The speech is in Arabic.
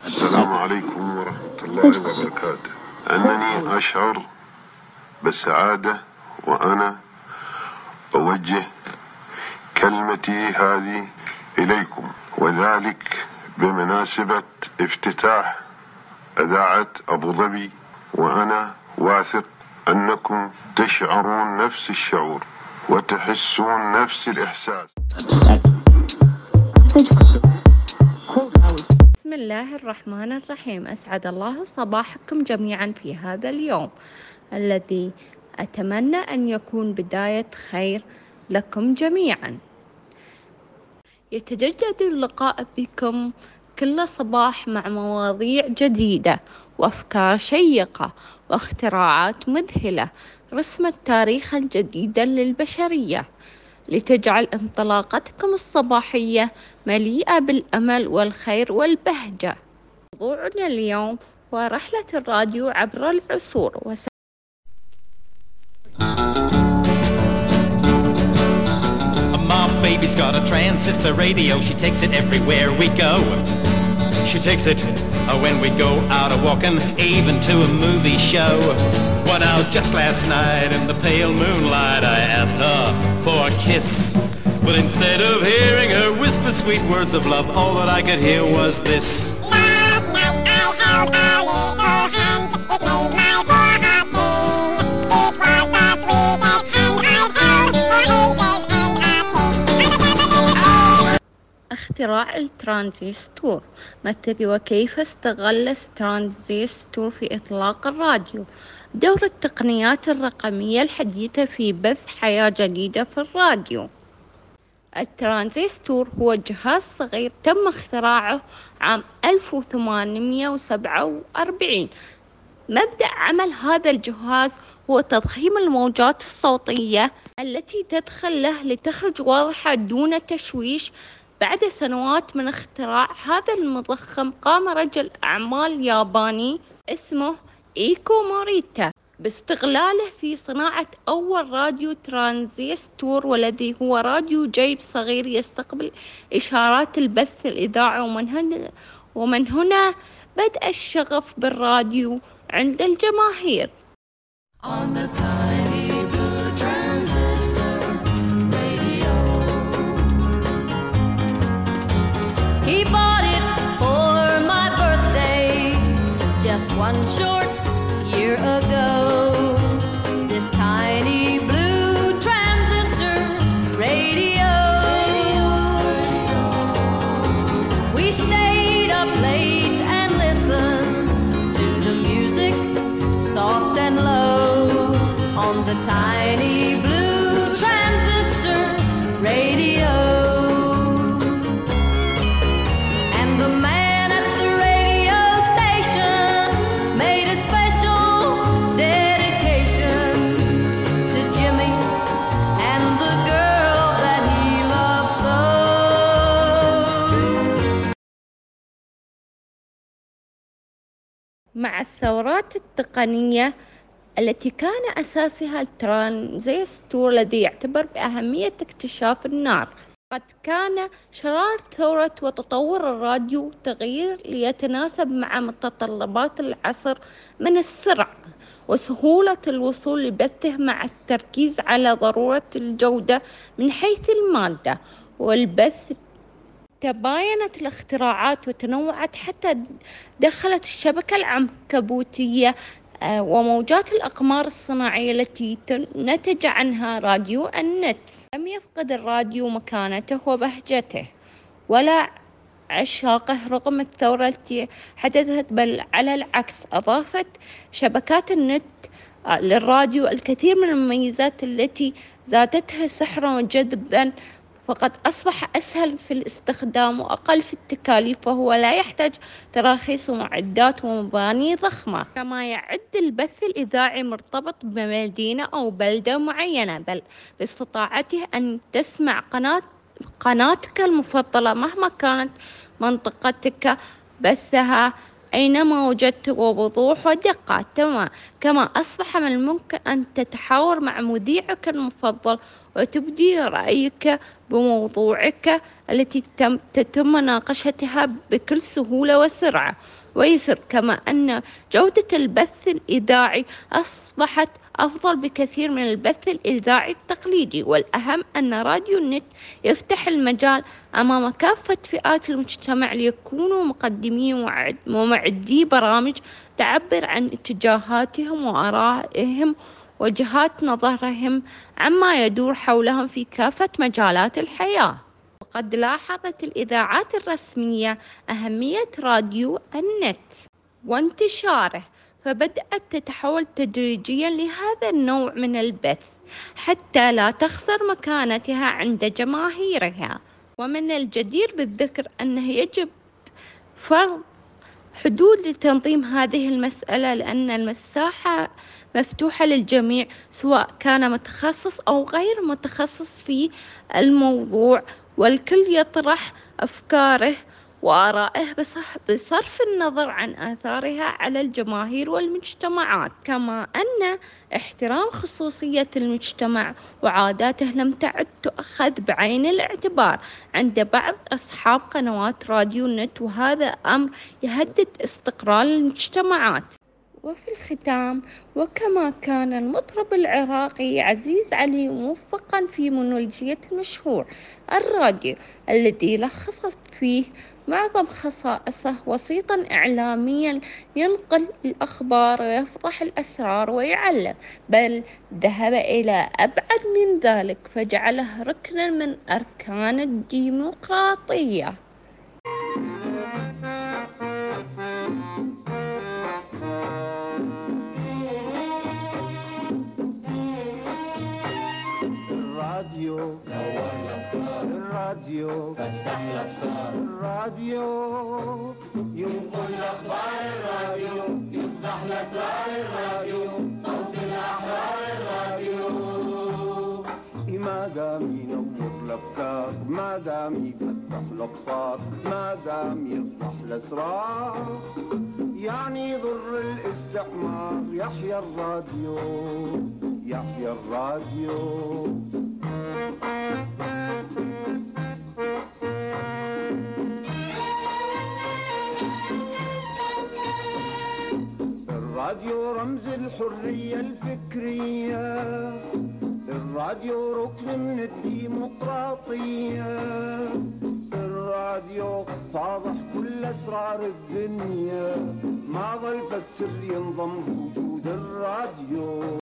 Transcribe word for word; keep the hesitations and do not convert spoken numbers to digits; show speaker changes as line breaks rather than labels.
السلام عليكم ورحمة الله وبركاته. أنني أشعر بالسعادة وأنا أوجه كلمتي هذه إليكم، وذلك بمناسبة افتتاح إذاعة أبو ظبي، وأنا واثق أنكم تشعرون نفس الشعور وتحسون نفس الإحساس.
بسم الله الرحمن الرحيم. أسعد الله صباحكم جميعا في هذا اليوم الذي أتمنى أن يكون بداية خير لكم جميعا. يتجدد اللقاء بكم كل صباح مع مواضيع جديدة وأفكار شيقة واختراعات مذهلة رسمت تاريخا جديدا للبشرية، لتجعل انطلاقتكم الصباحية مليئة بالأمل والخير والبهجة. موضوعنا اليوم هو رحلة الراديو عبر العصور. وس...
My baby's got a transistor radio. She takes it everywhere we go. She takes it uh, when we go out a walking, even to a movie show. Went out just last night in the pale moonlight. I asked her for a kiss, but instead of hearing her whisper sweet words of love, all that I could hear was this.
Last night I held a little hand. It made my poor heart sing. It was the sweetest hand I've held for ages, and I came.
اختراع الترانزستور. متى وكيف استغل الترانزستور في إطلاق الراديو؟ دور التقنيات الرقمية الحديثة في بث حياة جديدة في الراديو. الترانزستور هو جهاز صغير تم اختراعه عام ألف وثمانمئة وسبعة وأربعين. مبدأ عمل هذا الجهاز هو تضخيم الموجات الصوتية التي تدخل له لتخرج واضحة دون تشويش. بعد سنوات من اختراع هذا المضخم، قام رجل أعمال ياباني اسمه إيكو موريتا باستغلاله في صناعة أول راديو ترانزستور، والذي هو راديو جيب صغير يستقبل إشارات البث الإذاعي. ومن هنا, ومن هنا بدأ الشغف بالراديو عند الجماهير.
On the tiny blue transistor radio. He bought it for my birthday just one short year ago. This tiny blue transistor radio. We stayed up late and listened to the music soft and low on the tiny blue transistor radio. And the man at the radio station made a special dedication to Jimmy and the girl that he loved so.
مع الثورات التقنية التي كان أساسها الترانزستور الذي يعتبر بأهمية اكتشاف النار، قد كان شرارة ثورة وتطور الراديو تغيير ليتناسب مع متطلبات العصر من السرعة وسهولة الوصول لبثه، مع التركيز على ضرورة الجودة من حيث المادة والبث. تباينت الاختراعات وتنوعت حتى دخلت الشبكة العنكبوتية وموجات الأقمار الصناعية التي نتج عنها راديو النت. لم يفقد الراديو مكانته وبهجته ولا عشاقه رغم الثورة التي حدثت، بل على العكس أضافت شبكات النت للراديو الكثير من المميزات التي زادتها سحرا وجذبا، فقد أصبح أسهل في الاستخدام وأقل في التكاليف، وهو لا يحتاج تراخيص ومعدات ومباني ضخمة. كما يعد البث الإذاعي مرتبط بمدينة أو بلدة معينة، بل باستطاعته أن تسمع قناة قناتك المفضلة مهما كانت منطقتك بثها أينما وجدت وبوضوح ودقة. كما أصبح من الممكن أن تتحاور مع مذيعك المفضل وتبدي رأيك بموضوعك التي تم تتم مناقشتها بكل سهولة وسرعة ويسر. كما أن جودة البث الإذاعي أصبحت أفضل بكثير من البث الإذاعي التقليدي. والأهم أن راديو النت يفتح المجال أمام كافة فئات المجتمع ليكونوا مقدمي ومعدي برامج تعبر عن اتجاهاتهم وآرائهم وجهات نظرهم عما يدور حولهم في كافة مجالات الحياة. وقد لاحظت الإذاعات الرسمية أهمية راديو النت وانتشاره، فبدأت تتحول تدريجيا لهذا النوع من البث حتى لا تخسر مكانتها عند جماهيرها. ومن الجدير بالذكر أنه يجب فرض حدود لتنظيم هذه المسألة، لأن المساحة مفتوحة للجميع سواء كان متخصص أو غير متخصص في الموضوع، والكل يطرح أفكاره وآرائه بصرف النظر عن آثارها على الجماهير والمجتمعات. كما أن احترام خصوصية المجتمع وعاداته لم تعد تؤخذ بعين الاعتبار عند بعض أصحاب قنوات راديو النت، وهذا أمر يهدد استقرار المجتمعات. وفي الختام، وكما كان المطرب العراقي عزيز علي موفقا في مونولوجية المشهور الراديو الذي لخصت فيه معظم خصائصه وسيطا إعلاميا ينقل الأخبار ويفضح الأسرار ويعلم، بل ذهب إلى أبعد من ذلك فجعله ركنا من أركان الديمقراطية.
الراديو الراديو فتح الأبصار، الراديو ينقل أخبار، الراديو يفضح الأسرار، الراديو صوت الأحرار، الراديو ما دام ينور الأفكار، ما دام يفتح الأبصار، ما دام يفضح الأسرار، يعني يضر الاستعمار. يحيى الراديو، يحيى الراديو. الراديو رمز الحرية الفكرية، الراديو ركن من الديمقراطية، الراديو فاضح كل أسرار الدنيا، ما ظل فد سر ينضم بوجود الراديو.